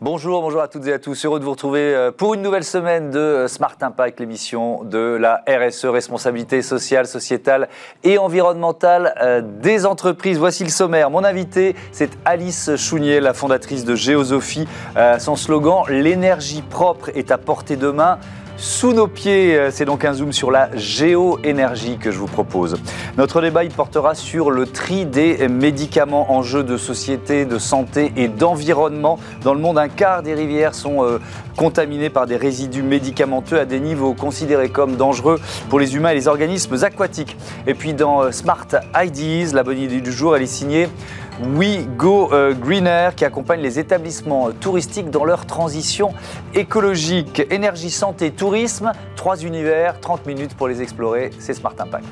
Bonjour à toutes et à tous. Heureux de vous retrouver pour une nouvelle semaine de Smart Impact, l'émission de la RSE, responsabilité sociale, sociétale et environnementale des entreprises. Voici le sommaire. Mon invité, c'est Alice Chounier, la fondatrice de Géosophie. Son slogan, l'énergie propre est à portée de main. Sous nos pieds, c'est donc un zoom sur la géoénergie que je vous propose. Notre débat, il portera sur le tri des médicaments, enjeux de société, de santé et d'environnement. Dans le monde, un quart des rivières sont contaminées par des résidus médicamenteux à des niveaux considérés comme dangereux pour les humains et les organismes aquatiques. Et puis dans Smart Ideas, la bonne idée du jour, elle est signée We Go Greener, qui accompagne les établissements touristiques dans leur transition écologique. Énergie, santé, tourisme, 3 univers, 30 minutes pour les explorer, c'est Smart Impact.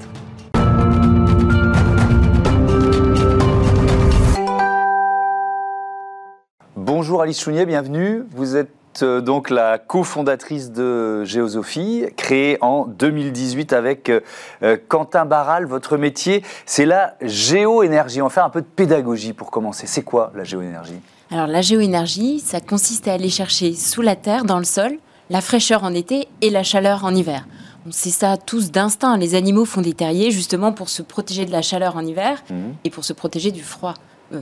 Bonjour Alice Chounier, bienvenue. Vous êtes donc la cofondatrice de Géosophie, créée en 2018 avec Quentin Barral. Votre métier, c'est la géoénergie. On va faire un peu de pédagogie pour commencer. C'est quoi la géoénergie ? Alors la géoénergie, ça consiste à aller chercher sous la terre, dans le sol, la fraîcheur en été et la chaleur en hiver. On sait ça tous d'instinct. Les animaux font des terriers justement pour se protéger de la chaleur en hiver et pour se protéger du froid.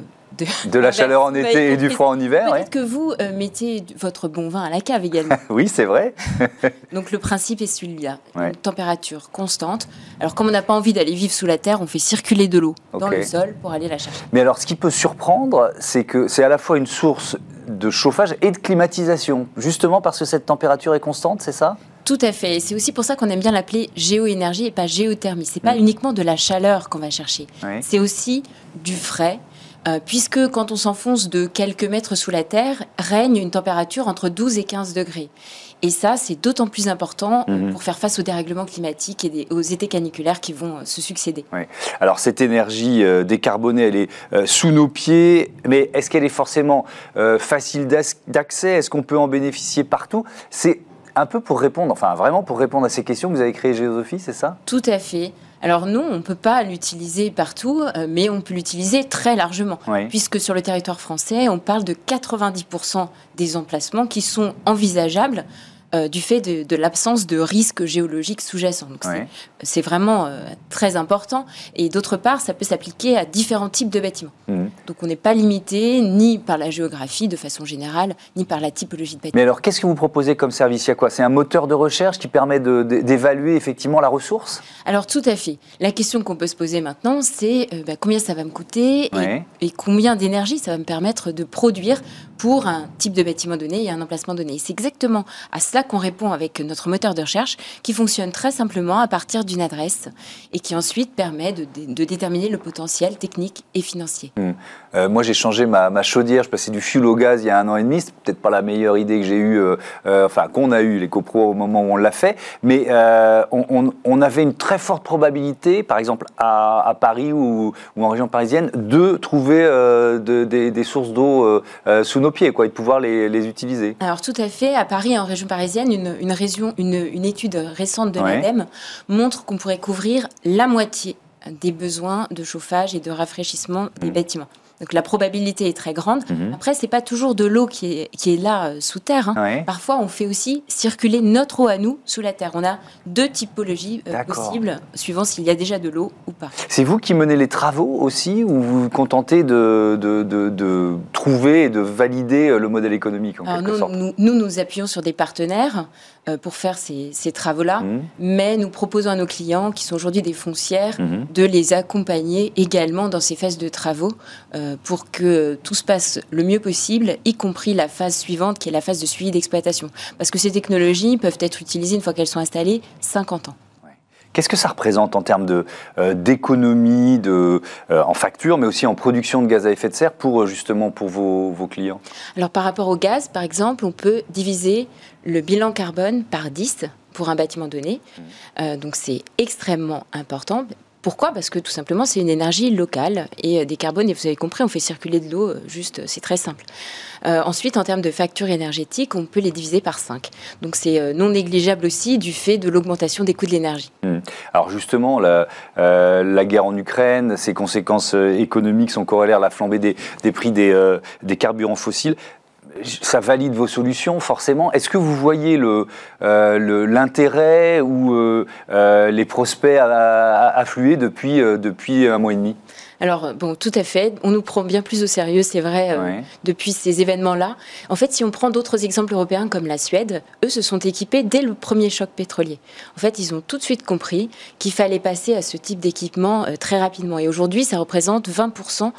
De la chaleur en été et du froid en hiver. Peut-être que vous mettez votre bon vin à la cave également. Oui, c'est vrai. Donc le principe est celui-là, une température constante. Alors comme on n'a pas envie d'aller vivre sous la terre, on fait circuler de l'eau dans le sol pour aller la chercher. Mais alors ce qui peut surprendre, c'est que c'est à la fois une source de chauffage et de climatisation, justement parce que cette température est constante, c'est ça ? Tout à fait. C'est aussi pour ça qu'on aime bien l'appeler géoénergie et pas géothermie. C'est pas uniquement de la chaleur qu'on va chercher. C'est aussi du frais. Puisque quand on s'enfonce de quelques mètres sous la terre, règne une température entre 12 et 15 degrés. Et ça, c'est d'autant plus important pour faire face aux dérèglements climatiques et aux étés caniculaires qui vont se succéder. Oui. Alors cette énergie décarbonée, elle est sous nos pieds, mais est-ce qu'elle est forcément facile d'accès ? Est-ce qu'on peut en bénéficier partout ? C'est un peu pour répondre, enfin vraiment pour répondre à ces questions que vous avez créé Géosophie, c'est ça ? Tout à fait. Alors non, on ne peut pas l'utiliser partout, mais on peut l'utiliser très largement, puisque sur le territoire français, on parle de 90% des emplacements qui sont envisageables du fait de l'absence de risques géologiques sous-jacents. Donc c'est vraiment très important. Et d'autre part, ça peut s'appliquer à différents types de bâtiments. Donc on n'est pas limité ni par la géographie de façon générale, ni par la typologie de bâtiment. Mais alors, qu'est-ce que vous proposez comme service ? Il y a quoi ? C'est un moteur de recherche qui permet d'évaluer effectivement la ressource ? Alors tout à fait. La question qu'on peut se poser maintenant, c'est combien ça va me coûter et combien d'énergie ça va me permettre de produire pour un type de bâtiment donné et un emplacement donné. Et c'est exactement à cela qu'on répond avec notre moteur de recherche qui fonctionne très simplement à partir d'une adresse et qui ensuite permet de déterminer le potentiel technique et financier. Moi, j'ai changé ma chaudière. Je passais du fioul au gaz il y a 1 an et demi. C'est peut-être pas la meilleure idée que j'ai eue, qu'on a eue, les copros, au moment où on l'a fait. Mais on avait une très forte probabilité, par exemple à Paris ou en région parisienne, de trouver des sources d'eau sous nos pieds, et de pouvoir les utiliser. Alors tout à fait. À Paris et en région parisienne, une étude récente de l'ADEME montre qu'on pourrait couvrir la moitié des besoins de chauffage et de rafraîchissement des bâtiments. Donc la probabilité est très grande. Après, c'est pas toujours de l'eau qui est là sous terre. Parfois, on fait aussi circuler notre eau à nous sous la terre. On a 2 typologies possibles, suivant s'il y a déjà de l'eau ou pas. C'est vous qui menez les travaux aussi, ou vous vous contentez de trouver et de valider le modèle économique en quelque sorte ? Nous appuyons sur des partenaires pour faire ces travaux-là, mais nous proposons à nos clients, qui sont aujourd'hui des foncières, de les accompagner également dans ces phases de travaux pour que tout se passe le mieux possible, y compris la phase suivante, qui est la phase de suivi d'exploitation. Parce que ces technologies peuvent être utilisées, une fois qu'elles sont installées, 50 ans. Qu'est-ce que ça représente en termes d'économie, en facture, mais aussi en production de gaz à effet de serre pour vos clients ? Alors par rapport au gaz, par exemple, on peut diviser le bilan carbone par 10 pour un bâtiment donné. Donc c'est extrêmement important. Pourquoi ? Parce que tout simplement, c'est une énergie locale et décarbone. Et vous avez compris, on fait circuler de l'eau, c'est très simple. Ensuite, en termes de facture énergétique, on peut les diviser par 5. Donc, c'est non négligeable aussi du fait de l'augmentation des coûts de l'énergie. Alors justement, la guerre en Ukraine, ses conséquences économiques sont corollaires à la flambée des prix des carburants fossiles. ça valide vos solutions, forcément. Est-ce que vous voyez l'intérêt ou les prospects affluer depuis un mois et demi ? Alors, bon, tout à fait. On nous prend bien plus au sérieux, c'est vrai, depuis ces événements-là. En fait, si on prend d'autres exemples européens comme la Suède, eux se sont équipés dès le premier choc pétrolier. En fait, ils ont tout de suite compris qu'il fallait passer à ce type d'équipement très rapidement. Et aujourd'hui, ça représente 20%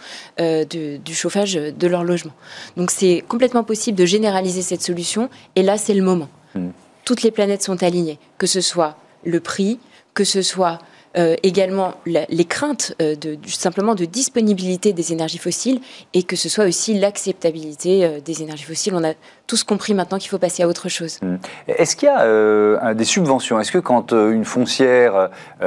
du chauffage de leur logement. Donc, c'est complètement possible de généraliser cette solution. Et là, c'est le moment. Toutes les planètes sont alignées, que ce soit le prix, que ce soit également les craintes simplement de disponibilité des énergies fossiles et que ce soit aussi l'acceptabilité des énergies fossiles. On a tous compris maintenant qu'il faut passer à autre chose. Est-ce qu'il y a des subventions ? Est-ce que quand une foncière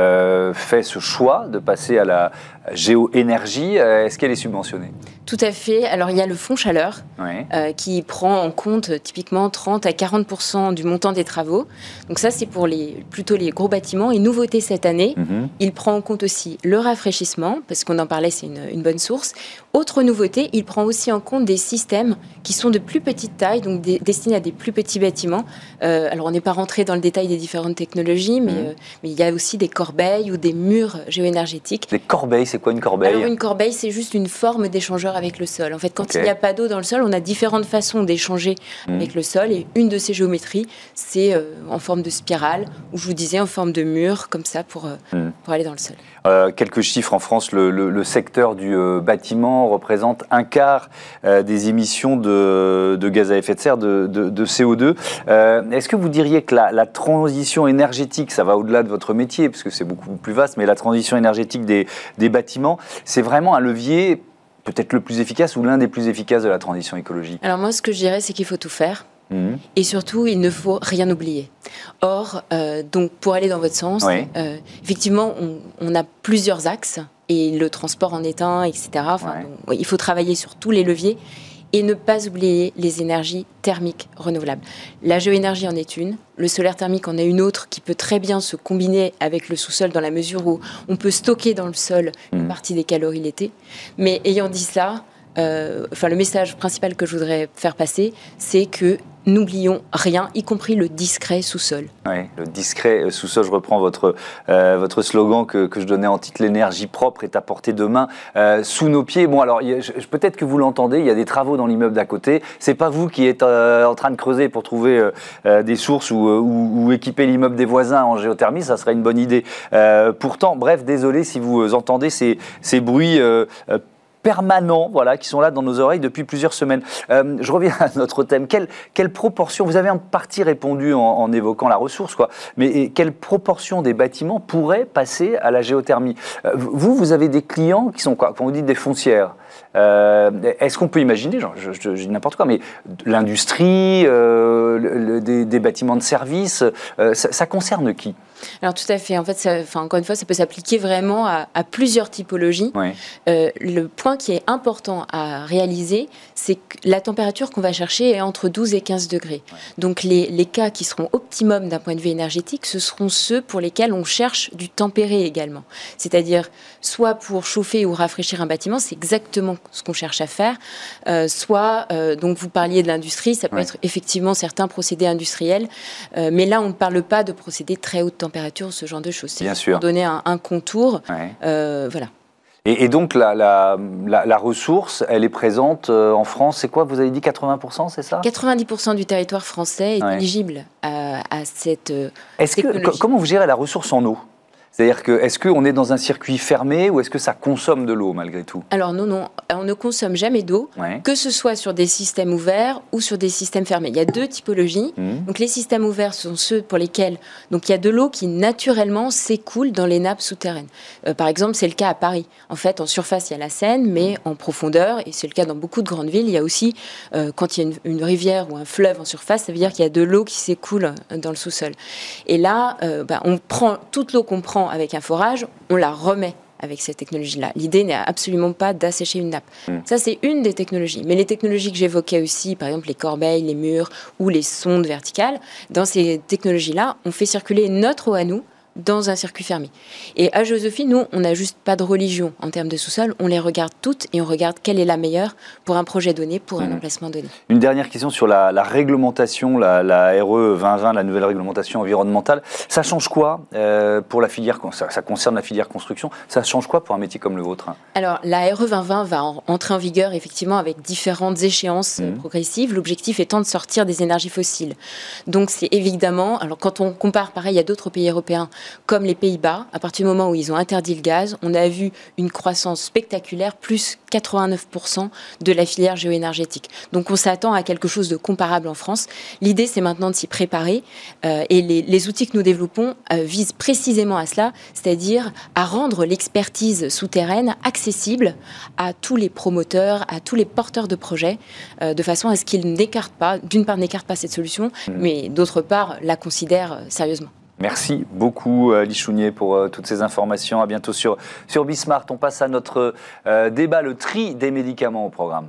fait ce choix de passer à la géoénergie, est-ce qu'elle est subventionnée ? Tout à fait. Alors, il y a le fonds chaleur qui prend en compte typiquement 30 à 40% du montant des travaux. Donc ça, c'est pour plutôt les gros bâtiments. Et nouveauté cette année, il prend en compte aussi le rafraîchissement, parce qu'on en parlait, c'est une bonne source. Autre nouveauté, il prend aussi en compte des systèmes qui sont de plus petite taille, donc destinés à des plus petits bâtiments. Alors, on n'est pas rentré dans le détail des différentes technologies, mais il y a aussi des corbeilles ou des murs géoénergétiques. Les corbeilles, c'est quoi une corbeille ? Alors, une corbeille, c'est juste une forme d'échangeur avec le sol. En fait, quand il n'y a pas d'eau dans le sol, on a différentes façons d'échanger avec le sol. Et une de ces géométries, c'est en forme de spirale, ou je vous disais en forme de mur, comme ça, pour aller dans le sol. Quelques chiffres en France, le secteur du bâtiment représente un quart des émissions de gaz à effet de serre, de CO2. Est-ce que vous diriez que la transition énergétique, ça va au-delà de votre métier, parce que c'est beaucoup plus vaste, mais la transition énergétique des bâtiments, c'est vraiment un levier peut-être le plus efficace ou l'un des plus efficaces de la transition écologique ? Alors moi, ce que je dirais, c'est qu'il faut tout faire. Et surtout, il ne faut rien oublier. Or, donc pour aller dans votre sens, effectivement, on a plusieurs axes, et le transport en est un, etc. Donc, il faut travailler sur tous les leviers et ne pas oublier les énergies thermiques renouvelables. La géoénergie en est une, le solaire thermique en est une autre qui peut très bien se combiner avec le sous-sol dans la mesure où on peut stocker dans le sol une partie des calories l'été. Mais ayant dit cela, le message principal que je voudrais faire passer, c'est que n'oublions rien, y compris le discret sous-sol. Oui, le discret sous-sol, je reprends votre slogan que je donnais en titre, l'énergie propre est à portée de main sous nos pieds. Bon, alors, peut-être que vous l'entendez, il y a des travaux dans l'immeuble d'à côté. C'est pas vous qui êtes en train de creuser pour trouver des sources ou équiper l'immeuble des voisins en géothermie, ça serait une bonne idée. Pourtant, bref, désolé si vous entendez ces bruits permanents, qui sont là dans nos oreilles depuis plusieurs semaines. Je reviens à notre thème. Quelle proportion, vous avez en partie répondu en évoquant la ressource, mais quelle proportion des bâtiments pourraient passer à la géothermie ? Vous avez des clients qui sont quoi ? Quand vous dites des foncières, est-ce qu'on peut imaginer, je dis n'importe quoi, mais l'industrie, des bâtiments de service, ça concerne qui ? Alors tout à fait. En fait, encore une fois, ça peut s'appliquer vraiment à plusieurs typologies. Le point qui est important à réaliser, c'est que la température qu'on va chercher est entre 12 et 15 degrés. Donc les cas qui seront optimum d'un point de vue énergétique, ce seront ceux pour lesquels on cherche du tempéré également. C'est-à-dire soit pour chauffer ou rafraîchir un bâtiment, c'est exactement ce qu'on cherche à faire. Soit, donc vous parliez de l'industrie, ça peut être effectivement certains procédés industriels, mais là on ne parle pas de procédés très haute température, ce genre de choses. C'est pour donner un contour. Voilà. Et donc, la ressource, elle est présente en France, c'est quoi ? Vous avez dit 80%, c'est ça ? 90% du territoire français est éligible à cette technologie. Comment vous gérez la ressource en eau ? C'est-à-dire est-ce qu'on est dans un circuit fermé ou est-ce que ça consomme de l'eau malgré tout ? Alors non, on ne consomme jamais d'eau, que ce soit sur des systèmes ouverts ou sur des systèmes fermés. Il y a deux typologies. Donc les systèmes ouverts sont ceux pour lesquels il y a de l'eau qui naturellement s'écoule dans les nappes souterraines. Par exemple, c'est le cas à Paris. En fait, en surface, il y a la Seine, mais en profondeur, et c'est le cas dans beaucoup de grandes villes, il y a aussi, quand il y a une rivière ou un fleuve en surface, ça veut dire qu'il y a de l'eau qui s'écoule dans le sous-sol. Et là, on prend toute l'eau qu'on prend avec un forage, on la remet avec cette technologie-là. L'idée n'est absolument pas d'assécher une nappe. Ça, c'est une des technologies. Mais les technologies que j'évoquais aussi, par exemple les corbeilles, les murs ou les sondes verticales, dans ces technologies-là, on fait circuler notre eau à nous dans un circuit fermé. Et à Josophie, nous, on n'a juste pas de religion en termes de sous-sol, on les regarde toutes et on regarde quelle est la meilleure pour un projet donné, pour un emplacement donné. Une dernière question sur la réglementation, la RE 2020, la nouvelle réglementation environnementale. Ça change quoi pour la filière, ça concerne la filière construction, ça change quoi pour un métier comme le vôtre? Alors, la RE 2020 va entrer en vigueur effectivement avec différentes échéances progressives, l'objectif étant de sortir des énergies fossiles. Donc c'est évidemment, alors quand on compare pareil à d'autres pays européens comme les Pays-Bas, à partir du moment où ils ont interdit le gaz, on a vu une croissance spectaculaire, plus 89% de la filière géoénergétique. Donc on s'attend à quelque chose de comparable en France. L'idée c'est maintenant de s'y préparer et les outils que nous développons visent précisément à cela, c'est-à-dire à rendre l'expertise souterraine accessible à tous les promoteurs, à tous les porteurs de projets, de façon à ce qu'ils n'écartent pas, d'une part n'écartent pas cette solution, mais d'autre part la considèrent sérieusement. Merci beaucoup Alice Chounier pour toutes ces informations. À bientôt sur Bismart. On passe à notre débat, le tri des médicaments au programme.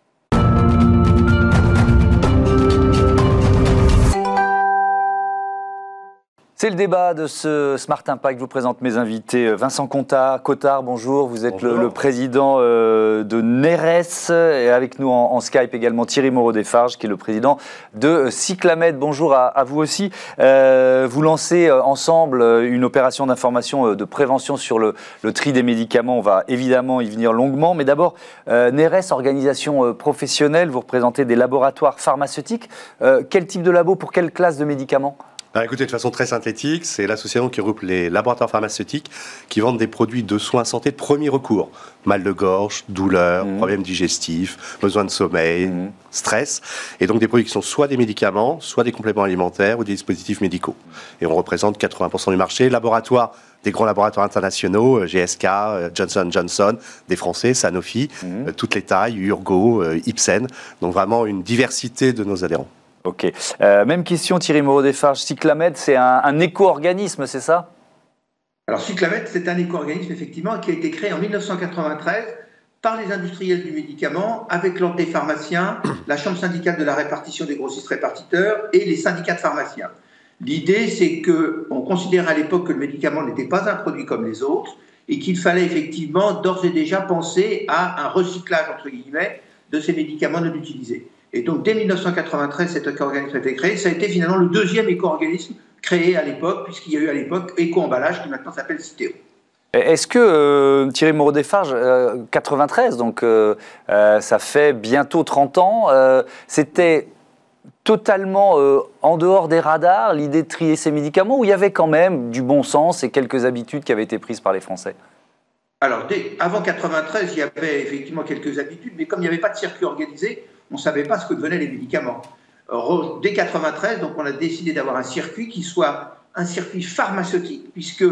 C'est le débat de ce Smart Impact. Je vous présente mes invités. Vincent Cottard, bonjour. Vous êtes le président de NERES. Et avec nous en Skype également Thierry Moreau-Desfarges, qui est le président de Cyclamed. Bonjour à vous aussi. Vous lancez ensemble une opération d'information de prévention sur le tri des médicaments. On va évidemment y venir longuement. Mais d'abord, NERES, organisation professionnelle, vous représentez des laboratoires pharmaceutiques. Quel type de labo pour quelle classe de médicaments ? Alors écoutez, de façon très synthétique, c'est l'association qui regroupe les laboratoires pharmaceutiques qui vendent des produits de soins santé de premier recours. Mal de gorge, douleurs, problèmes digestifs, besoin de sommeil, stress. Et donc des produits qui sont soit des médicaments, soit des compléments alimentaires ou des dispositifs médicaux. Et on représente 80% du marché. Laboratoires, des grands laboratoires internationaux, GSK, Johnson & Johnson, des Français, Sanofi, toutes les tailles, Urgo, Ipsen. Donc vraiment une diversité de nos adhérents. Ok. Même question, Thierry Moreau-Desfarges. Cyclamed, c'est un éco-organisme, c'est ça ? Alors, Cyclamed, c'est un éco-organisme, effectivement, qui a été créé en 1993 par les industriels du médicament, avec l'ordre des pharmaciens, la Chambre syndicale de la répartition des grossistes-répartiteurs et les syndicats de pharmaciens. L'idée, c'est qu'on considérait à l'époque que le médicament n'était pas un produit comme les autres et qu'il fallait effectivement d'ores et déjà penser à un recyclage, entre guillemets, de ces médicaments non utilisés. Et donc, dès 1993, cet éco-organisme a été créé. Ça a été finalement le deuxième éco-organisme créé à l'époque, puisqu'il y a eu à l'époque Éco-emballage, qui maintenant s'appelle Citeo. Est-ce que, Thierry Moreau-Desfarges, 93, donc ça fait bientôt 30 ans, c'était totalement en dehors des radars, l'idée de trier ces médicaments, ou il y avait quand même du bon sens et quelques habitudes qui avaient été prises par les Français ? Alors, avant 93, il y avait effectivement quelques habitudes, mais comme il n'y avait pas de circuit organisé, on ne savait pas ce que devenaient les médicaments. Dès 93, donc on a décidé d'avoir un circuit qui soit un circuit pharmaceutique, puisque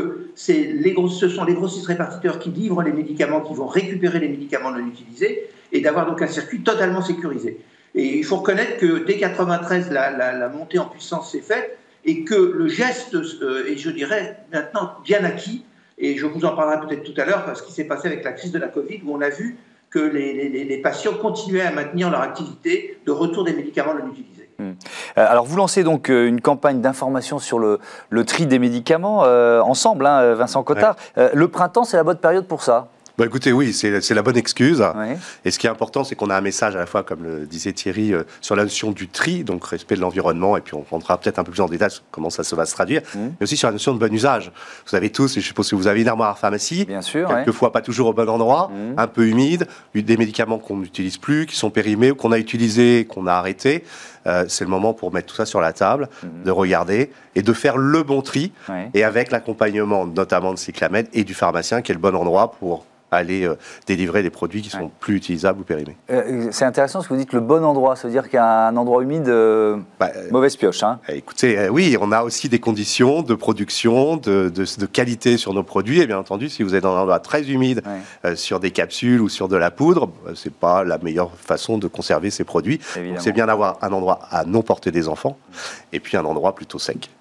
ce sont les grossistes-répartiteurs qui livrent les médicaments, qui vont récupérer les médicaments non utilisés, et d'avoir donc un circuit totalement sécurisé. Et il faut reconnaître que dès 93, la montée en puissance s'est faite, et que le geste est, je dirais, maintenant bien acquis, et je vous en parlerai peut-être tout à l'heure, parce qu'il s'est passé avec la crise de la Covid, où on a vu que les patients continuaient à maintenir leur activité de retour des médicaments non utilisés. Alors vous lancez donc une campagne d'information sur le tri des médicaments ensemble, Vincent Cottard. Ouais. Le printemps, c'est la bonne période pour ça ? Bah écoutez, oui, c'est la bonne excuse. Ouais. Et ce qui est important, c'est qu'on a un message à la fois, comme le disait Thierry, sur la notion du tri, donc respect de l'environnement, et puis on rentrera peut-être un peu plus en détail sur comment ça va se traduire, mais aussi sur la notion de bon usage. Vous avez tous, je suppose que vous avez une armoire à pharmacie, bien sûr, quelquefois pas toujours au bon endroit, un peu humide, des médicaments qu'on n'utilise plus, qui sont périmés, ou qu'on a utilisés, qu'on a arrêtés. C'est le moment pour mettre tout ça sur la table, de regarder et de faire le bon tri, et avec l'accompagnement notamment de Cyclamed et du pharmacien, qui est le bon endroit pour aller délivrer des produits qui sont plus utilisables ou périmés. C'est intéressant ce que vous dites, le bon endroit. Ça veut dire qu'un endroit humide, mauvaise pioche. Hein. Écoutez, oui, on a aussi des conditions de production, de qualité sur nos produits. Et bien entendu, si vous êtes dans un endroit très humide, sur des capsules ou sur de la poudre, c'est pas la meilleure façon de conserver ces produits. Donc, c'est bien d'avoir un endroit à non porter des enfants et puis un endroit plutôt sec.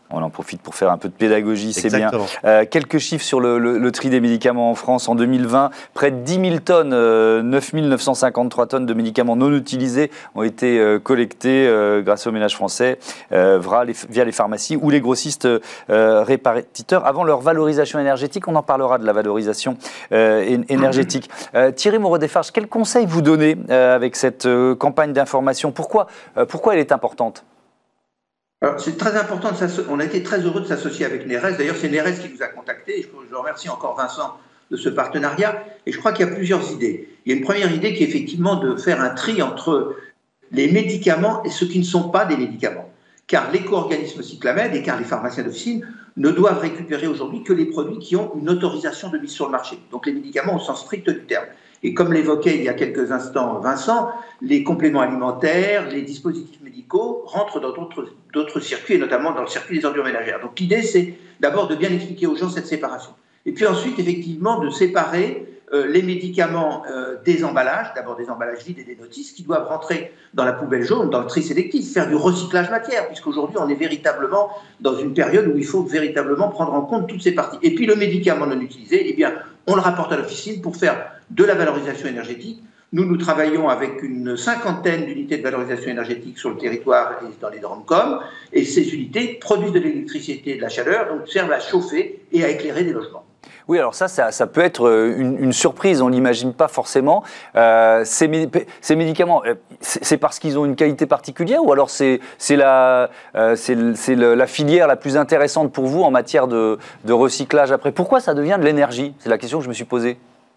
On en profite pour faire un peu de pédagogie, c'est bien. Quelques chiffres sur le tri des médicaments en France. En 2020, près de 10 000 tonnes, 9 953 tonnes de médicaments non utilisés ont été collectés grâce aux ménages français via les pharmacies ou les grossistes répartiteurs avant leur valorisation énergétique. On en parlera de la valorisation énergétique. Thierry Moreau-Desfarges, quel conseil vous donnez avec cette campagne d'information ? Pourquoi elle est importante ? Alors, c'est très important, on a été très heureux de s'associer avec Neres. D'ailleurs, c'est Neres qui nous a contactés. Je remercie encore Vincent de ce partenariat. Et je crois qu'il y a plusieurs idées. Il y a une première idée qui est effectivement de faire un tri entre les médicaments et ceux qui ne sont pas des médicaments. Car l'éco-organisme Cyclamed et car les pharmaciens d'officine ne doivent récupérer aujourd'hui que les produits qui ont une autorisation de mise sur le marché. Donc les médicaments au sens strict du terme. Et comme l'évoquait il y a quelques instants Vincent, les compléments alimentaires, les dispositifs médicaux rentrent dans d'autres circuits, et notamment dans le circuit des ordures ménagères. Donc l'idée, c'est d'abord de bien expliquer aux gens cette séparation. Et puis ensuite, effectivement, de séparer les médicaments des emballages, d'abord des emballages vides et des notices, qui doivent rentrer dans la poubelle jaune, dans le tri sélectif, faire du recyclage matière, puisqu'aujourd'hui, on est véritablement dans une période où il faut véritablement prendre en compte toutes ces parties. Et puis le médicament non utilisé, eh bien, on le rapporte à l'officine pour faire de la valorisation énergétique. Nous travaillons avec une 50aine d'unités de valorisation énergétique sur le territoire et dans les DROMCOM, et ces unités produisent de l'électricité et de la chaleur, donc servent à chauffer et à éclairer des logements. Oui, alors ça peut être une surprise, on ne l'imagine pas forcément. Ces médicaments, c'est parce qu'ils ont une qualité particulière ou alors c'est la filière la plus intéressante pour vous en matière de recyclage après ? Pourquoi ça devient de l'énergie ? C'est la question que je me suis posée.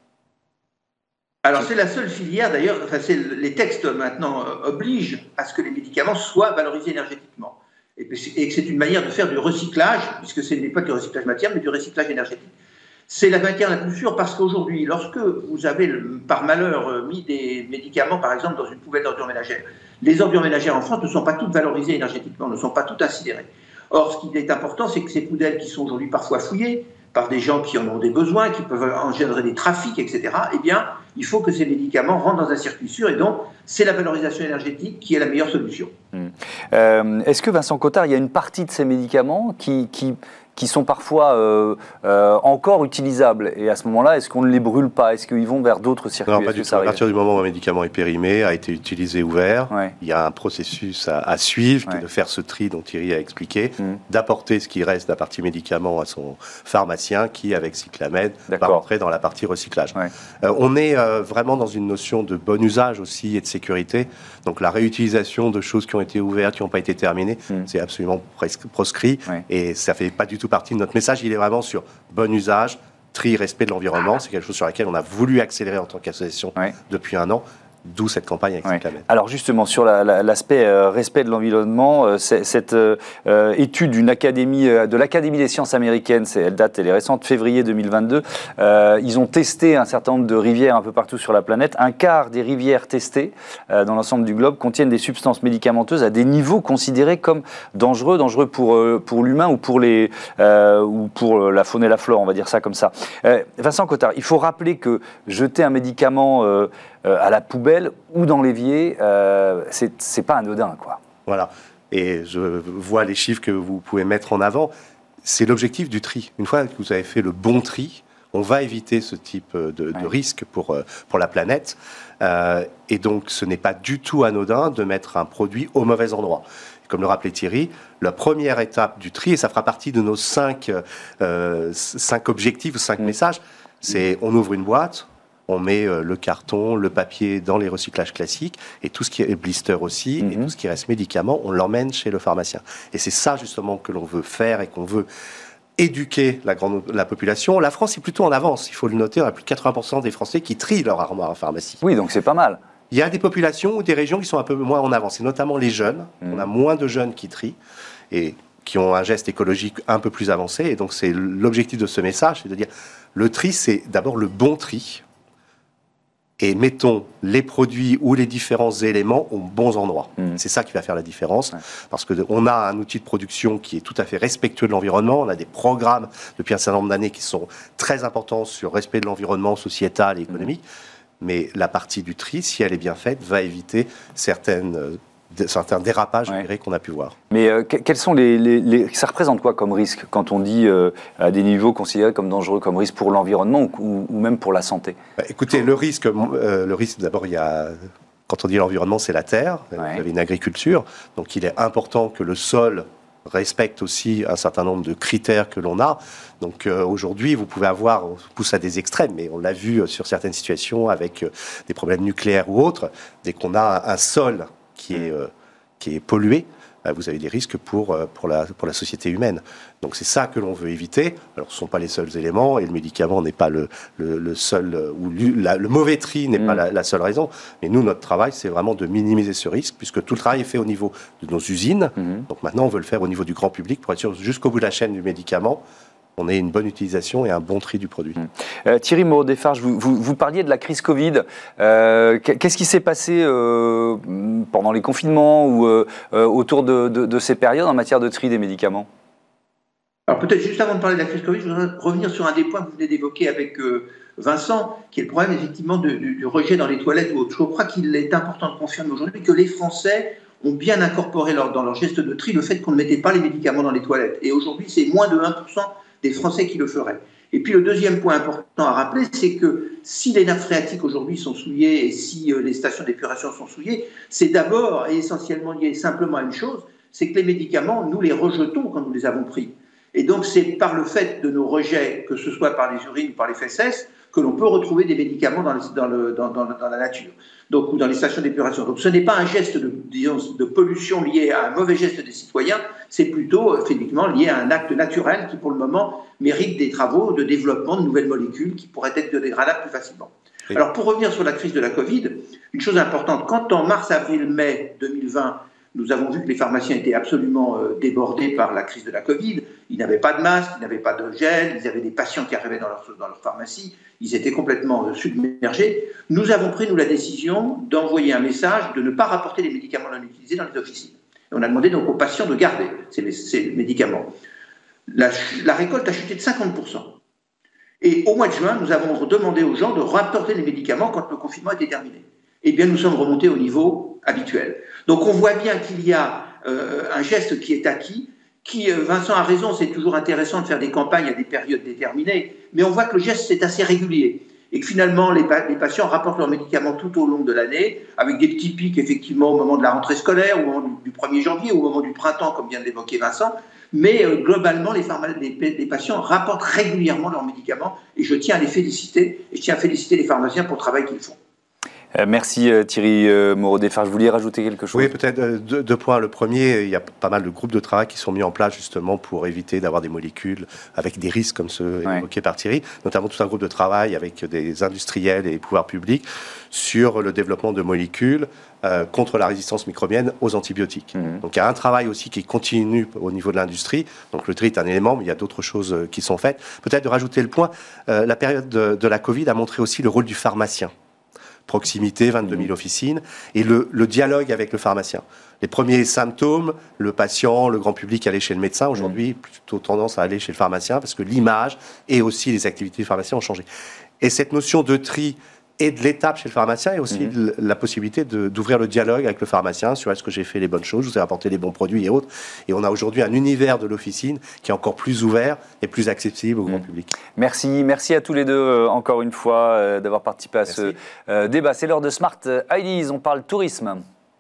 Alors c'est la seule filière d'ailleurs, les textes maintenant obligent à ce que les médicaments soient valorisés énergétiquement. Et que c'est une manière de faire du recyclage, puisque ce n'est pas du recyclage matière, mais du recyclage énergétique. C'est la matière la plus sûre parce qu'aujourd'hui, lorsque vous avez par malheur mis des médicaments, par exemple, dans une poubelle d'ordures ménagères, les ordures ménagères en France ne sont pas toutes valorisées énergétiquement, ne sont pas toutes incinérées. Or, ce qui est important, c'est que ces poubelles qui sont aujourd'hui parfois fouillées par des gens qui en ont des besoins, qui peuvent engendrer des trafics, etc., eh bien, il faut que ces médicaments rentrent dans un circuit sûr et donc, c'est la valorisation énergétique qui est la meilleure solution. Est-ce que, Vincent Cottard, il y a une partie de ces médicaments qui sont parfois encore utilisables. Et à ce moment-là, est-ce qu'on ne les brûle pas ? Est-ce qu'ils vont vers d'autres circuits ? Non, pas du tout. À partir du moment où un médicament est périmé, a été utilisé, ouvert, il y a un processus à suivre, qui est de faire ce tri dont Thierry a expliqué, d'apporter ce qui reste de la partie médicament à son pharmacien qui, avec Cyclamed, va rentrer dans la partie recyclage. On est vraiment dans une notion de bon usage aussi et de sécurité. Donc la réutilisation de choses qui ont été ouvertes, qui n'ont pas été terminées, c'est absolument proscrit. Et ça ne fait pas du tout partie de notre message. Il est vraiment sur bon usage, tri, respect de l'environnement. C'est quelque chose sur laquelle on a voulu accélérer en tant qu'association depuis un an. D'où cette campagne avec Cyclamed. Alors justement, sur l'aspect respect de l'environnement, cette étude de l'Académie des sciences américaines, elle est récente, février 2022, ils ont testé un certain nombre de rivières un peu partout sur la planète. Un quart des rivières testées dans l'ensemble du globe contiennent des substances médicamenteuses à des niveaux considérés comme dangereux pour l'humain ou pour la faune et la flore, on va dire ça comme ça. Vincent Cottard, il faut rappeler que jeter un médicament à la poubelle ou dans l'évier, c'est pas anodin, quoi. Voilà. Et je vois les chiffres que vous pouvez mettre en avant. C'est l'objectif du tri. Une fois que vous avez fait le bon tri, on va éviter ce type de risque pour la planète. Et donc, ce n'est pas du tout anodin de mettre un produit au mauvais endroit. Comme le rappelait Thierry, la première étape du tri, et ça fera partie de nos 5 objectifs, 5 messages, c'est on ouvre une boîte, on met le carton, le papier dans les recyclages classiques et tout ce qui est blister aussi et tout ce qui reste médicament, on l'emmène chez le pharmacien. Et c'est ça justement que l'on veut faire et qu'on veut éduquer la population. La France est plutôt en avance, il faut le noter, on a plus de 80% des Français qui trient leur armoire en pharmacie. Oui, donc c'est pas mal. Il y a des populations ou des régions qui sont un peu moins en avance, et notamment les jeunes. On a moins de jeunes qui trient et qui ont un geste écologique un peu plus avancé. Et donc c'est l'objectif de ce message, c'est de dire le tri, c'est d'abord le bon tri. Et mettons les produits ou les différents éléments aux bons endroits. C'est ça qui va faire la différence, parce qu'on a un outil de production qui est tout à fait respectueux de l'environnement. On a des programmes depuis un certain nombre d'années qui sont très importants sur le respect de l'environnement sociétal et économique. Mais la partie du tri, si elle est bien faite, va éviter certaines certains dérapages qu'on a pu voir. Mais quels sont ça représente quoi comme risque quand on dit à des niveaux considérés comme dangereux, comme risque pour l'environnement ou même pour la santé? Écoutez, le risque d'abord, quand on dit l'environnement, c'est la terre, vous avez une agriculture, donc il est important que le sol respecte aussi un certain nombre de critères que l'on a. Donc aujourd'hui, vous pouvez on pousse à des extrêmes, mais on l'a vu sur certaines situations avec des problèmes nucléaires ou autres, dès qu'on a un sol qui est pollué, vous avez des risques pour la société humaine. Donc c'est ça que l'on veut éviter. Alors ce ne sont pas les seuls éléments, et le médicament n'est pas le seul, ou le mauvais tri n'est pas la seule raison. Mais nous, notre travail, c'est vraiment de minimiser ce risque, puisque tout le travail est fait au niveau de nos usines. Donc maintenant, on veut le faire au niveau du grand public, pour être sûr, jusqu'au bout de la chaîne du médicament, on ait une bonne utilisation et un bon tri du produit. Thierry Moreau-Desfarges, vous parliez de la crise Covid. Qu'est-ce qui s'est passé pendant les confinements ou autour de ces périodes en matière de tri des médicaments? Alors peut-être juste avant de parler de la crise Covid, je voudrais revenir sur un des points que vous venez d'évoquer avec Vincent, qui est le problème effectivement du rejet dans les toilettes ou autre. Je crois qu'il est important de confirmer aujourd'hui que les Français ont bien incorporé dans leur geste de tri le fait qu'on ne mettait pas les médicaments dans les toilettes. Et aujourd'hui, c'est moins de 1% des Français qui le feraient. Et puis le deuxième point important à rappeler, c'est que si les nappes phréatiques aujourd'hui sont souillées et si les stations d'épuration sont souillées, c'est d'abord et essentiellement lié simplement à une chose, c'est que les médicaments, nous les rejetons quand nous les avons pris. Et donc c'est par le fait de nos rejets, que ce soit par les urines ou par les fesses, que l'on peut retrouver des médicaments dans la nature, donc, ou dans les stations d'épuration. Donc ce n'est pas un geste de pollution lié à un mauvais geste des citoyens, c'est plutôt effectivement lié à un acte naturel qui pour le moment mérite des travaux de développement de nouvelles molécules qui pourraient être biodégradables plus facilement. Oui. Alors pour revenir sur la crise de la Covid, une chose importante, quand en mars, avril, mai 2020, nous avons vu que les pharmaciens étaient absolument débordés par la crise de la Covid. Ils n'avaient pas de masque, ils n'avaient pas de gel, ils avaient des patients qui arrivaient dans leur pharmacie, ils étaient complètement submergés. Nous avons pris, la décision d'envoyer un message de ne pas rapporter les médicaments non utilisés dans les officines. Et on a demandé donc aux patients de garder ces médicaments. La récolte a chuté de 50%. Et au mois de juin, nous avons demandé aux gens de rapporter les médicaments quand le confinement était terminé. Eh bien, nous sommes remontés au niveau habituel. Donc, on voit bien qu'il y a un geste qui est acquis, Vincent a raison, c'est toujours intéressant de faire des campagnes à des périodes déterminées, mais on voit que le geste, c'est assez régulier. Et que finalement, les patients rapportent leurs médicaments tout au long de l'année, avec des petits pics, effectivement, au moment de la rentrée scolaire, au moment du 1er janvier, ou au moment du printemps, comme vient de l'évoquer Vincent. Mais globalement, les patients rapportent régulièrement leurs médicaments, et je tiens à les féliciter, et je tiens à féliciter les pharmaciens pour le travail qu'ils font. Merci Thierry Moreau-Desfarges. Vous vouliez rajouter quelque chose? Oui, peut-être deux points. Le premier, il y a pas mal de groupes de travail qui sont mis en place justement pour éviter d'avoir des molécules avec des risques comme ceux évoqués par Thierry, notamment tout un groupe de travail avec des industriels et les pouvoirs publics sur le développement de molécules contre la résistance microbienne aux antibiotiques. Donc il y a un travail aussi qui continue au niveau de l'industrie. Donc le tri est un élément, mais il y a d'autres choses qui sont faites. Peut-être de rajouter le point, la période de la Covid a montré aussi le rôle du pharmacien. Proximité, 22 000 officines, et le dialogue avec le pharmacien. Les premiers symptômes, le patient, le grand public allait chez le médecin. Aujourd'hui, plutôt tendance à aller chez le pharmacien parce que l'image et aussi les activités du pharmacien ont changé. Et cette notion de tri et de l'étape chez le pharmacien et aussi la possibilité d'ouvrir le dialogue avec le pharmacien sur est-ce que j'ai fait les bonnes choses, je vous ai apporté les bons produits et autres. Et on a aujourd'hui un univers de l'officine qui est encore plus ouvert et plus accessible au grand public. Merci à tous les deux encore une fois d'avoir participé à ce débat. C'est l'heure de Smart Ideas, on parle tourisme.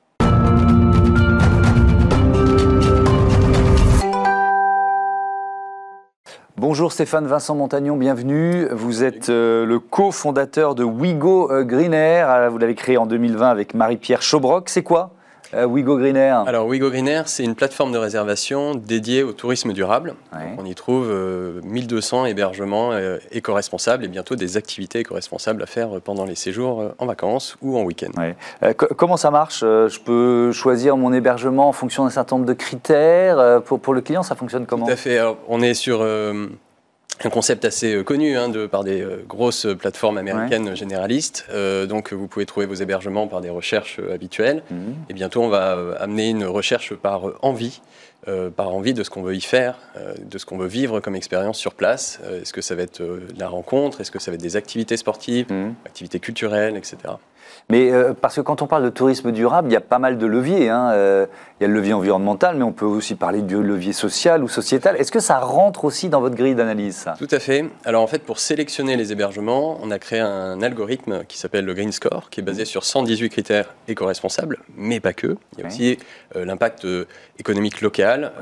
Bonjour Stéphane Vincent Montagnon, bienvenue. Vous êtes le cofondateur de WeGo Green Air. Vous l'avez créé en 2020 avec Marie-Pierre Chaubroc. C'est quoi WeGo Green Air? Alors WeGo Green Air, c'est une plateforme de réservation dédiée au tourisme durable. On y trouve 1200 hébergements éco-responsables et bientôt des activités éco-responsables à faire pendant les séjours en vacances ou en week-end. Comment ça marche? Je peux choisir mon hébergement en fonction d'un certain nombre de critères. Pour le client, ça fonctionne comment? Tout à fait. Alors, on est sur un concept assez connu par des grosses plateformes américaines généralistes. Donc, vous pouvez trouver vos hébergements par des recherches habituelles. Et bientôt, on va amener une recherche par envie. par envie de ce qu'on veut y faire, de ce qu'on veut vivre comme expérience sur place. Est-ce que ça va être de la rencontre? Est-ce que ça va être des activités sportives, activités culturelles, etc. Mais parce que quand on parle de tourisme durable, il y a pas mal de leviers. Il y a le levier environnemental, mais on peut aussi parler du levier social ou sociétal. Est-ce que ça rentre aussi dans votre grille d'analyse, ça ? Tout à fait. Alors en fait, pour sélectionner les hébergements, on a créé un algorithme qui s'appelle le Green Score, qui est basé sur 118 critères éco-responsables, mais pas que. Il y a aussi l'impact économique local,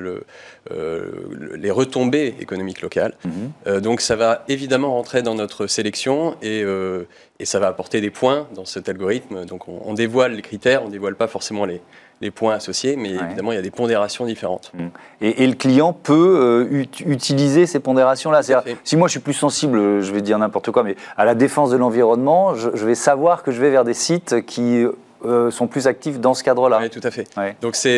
les retombées économiques locales. Donc ça va évidemment rentrer dans notre sélection et ça va apporter des points dans cet algorithme. Donc on dévoile les critères, on ne dévoile pas forcément les points associés, mais évidemment il y a des pondérations différentes. Et le client peut utiliser ces pondérations-là. Si moi je suis plus sensible, je vais dire n'importe quoi, mais à la défense de l'environnement, je vais savoir que je vais vers des sites qui sont plus actifs dans ce cadre-là. Oui, tout à fait. Donc c'est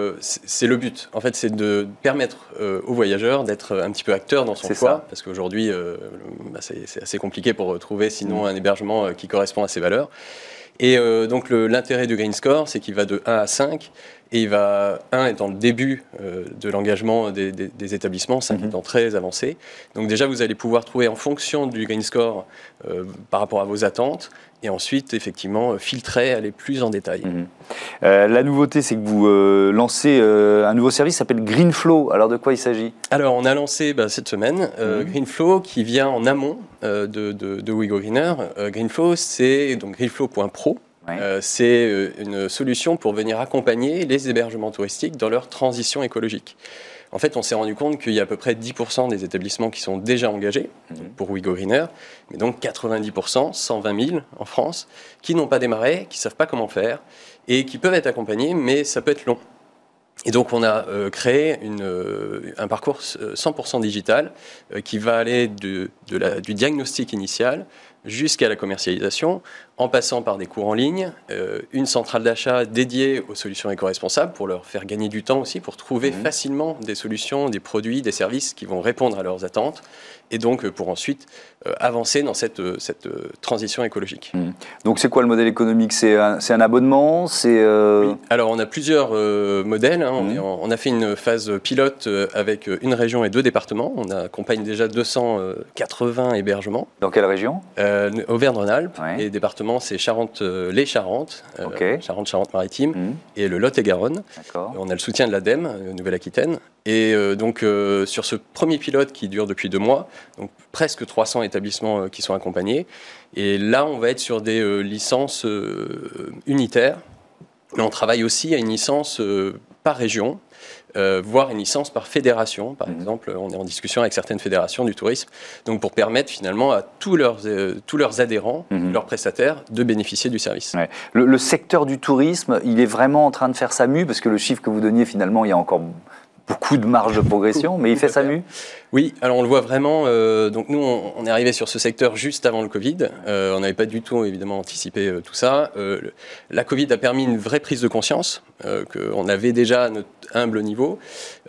le but. En fait, c'est de permettre aux voyageurs d'être un petit peu acteurs dans son choix, parce qu'aujourd'hui, c'est assez compliqué pour trouver sinon un hébergement qui correspond à ses valeurs. Et donc l'intérêt du Green Score, c'est qu'il va de 1 à 5, et 1 étant le début de l'engagement des établissements, 5 étant très avancé. Donc déjà, vous allez pouvoir trouver en fonction du Green Score par rapport à vos attentes, et ensuite, effectivement, filtrer, aller plus en détail. La nouveauté, c'est que vous lancez un nouveau service qui s'appelle Greenflow. Alors, de quoi il s'agit ? Alors, on a lancé cette semaine Greenflow, qui vient en amont de WeGo Greener. Greenflow, c'est donc greenflow.pro. C'est une solution pour venir accompagner les hébergements touristiques dans leur transition écologique. En fait, on s'est rendu compte qu'il y a à peu près 10% des établissements qui sont déjà engagés pour WeGo Greener, mais donc 90%, 120 000 en France, qui n'ont pas démarré, qui ne savent pas comment faire, et qui peuvent être accompagnés, mais ça peut être long. Et donc, on a créé un parcours 100% digital qui va aller du diagnostic initial jusqu'à la commercialisation, en passant par des cours en ligne, une centrale d'achat dédiée aux solutions éco-responsables pour leur faire gagner du temps aussi, pour trouver facilement des solutions, des produits, des services qui vont répondre à leurs attentes, et donc pour ensuite avancer dans cette transition écologique. Donc c'est quoi le modèle économique ? C'est un abonnement ? Oui. Alors on a plusieurs modèles. On a fait une phase pilote avec une région et 2 départements. On accompagne déjà 280 hébergements. Dans quelle région ? Auvergne-Rhône-Alpes. Et département, c'est les Charentes, Charente-Maritime, et le Lot-et-Garonne. On a le soutien de l'ADEME, Nouvelle-Aquitaine. Et donc, sur ce premier pilote qui dure depuis 2 mois, donc presque 300 établissements qui sont accompagnés. Et là, on va être sur des licences unitaires. Mais on travaille aussi à une licence par région, voire une licence par fédération. Par exemple, on est en discussion avec certaines fédérations du tourisme, donc pour permettre finalement à tous leurs adhérents, leurs prestataires, de bénéficier du service. Le secteur du tourisme, il est vraiment en train de faire sa mue, parce que le chiffre que vous donniez, finalement, il y a encore beaucoup de marge de progression, mais il fait sa mue ? Oui, alors on le voit vraiment. Donc nous, on est arrivé sur ce secteur juste avant le Covid. On n'avait pas du tout, évidemment, anticipé tout ça. La Covid a permis une vraie prise de conscience qu'on avait déjà à notre humble niveau.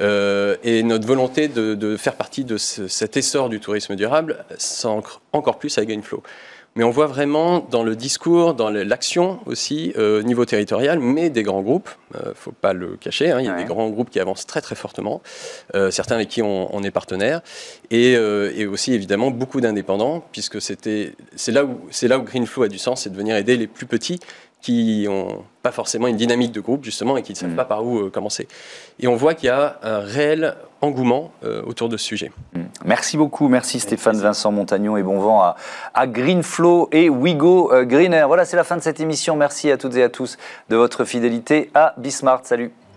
Et notre volonté de faire partie de cet essor du tourisme durable s'ancre encore plus avec Greenflow. Mais on voit vraiment dans le discours, dans l'action aussi, au niveau territorial, mais des grands groupes, il ne faut pas le cacher, il y a des grands groupes qui avancent très très fortement, certains avec qui on est partenaire, et aussi évidemment beaucoup d'indépendants, puisque c'est là où Greenflow a du sens, c'est de venir aider les plus petits qui n'ont pas forcément une dynamique de groupe, justement, et qui ne savent pas par où commencer. Et on voit qu'il y a un réel engouement autour de ce sujet. Merci beaucoup, merci Stéphane Vincent Montagnon, et bon vent à Greenflow et WeGo Greener. Voilà, c'est la fin de cette émission. Merci à toutes et à tous de votre fidélité à Bismart. Salut.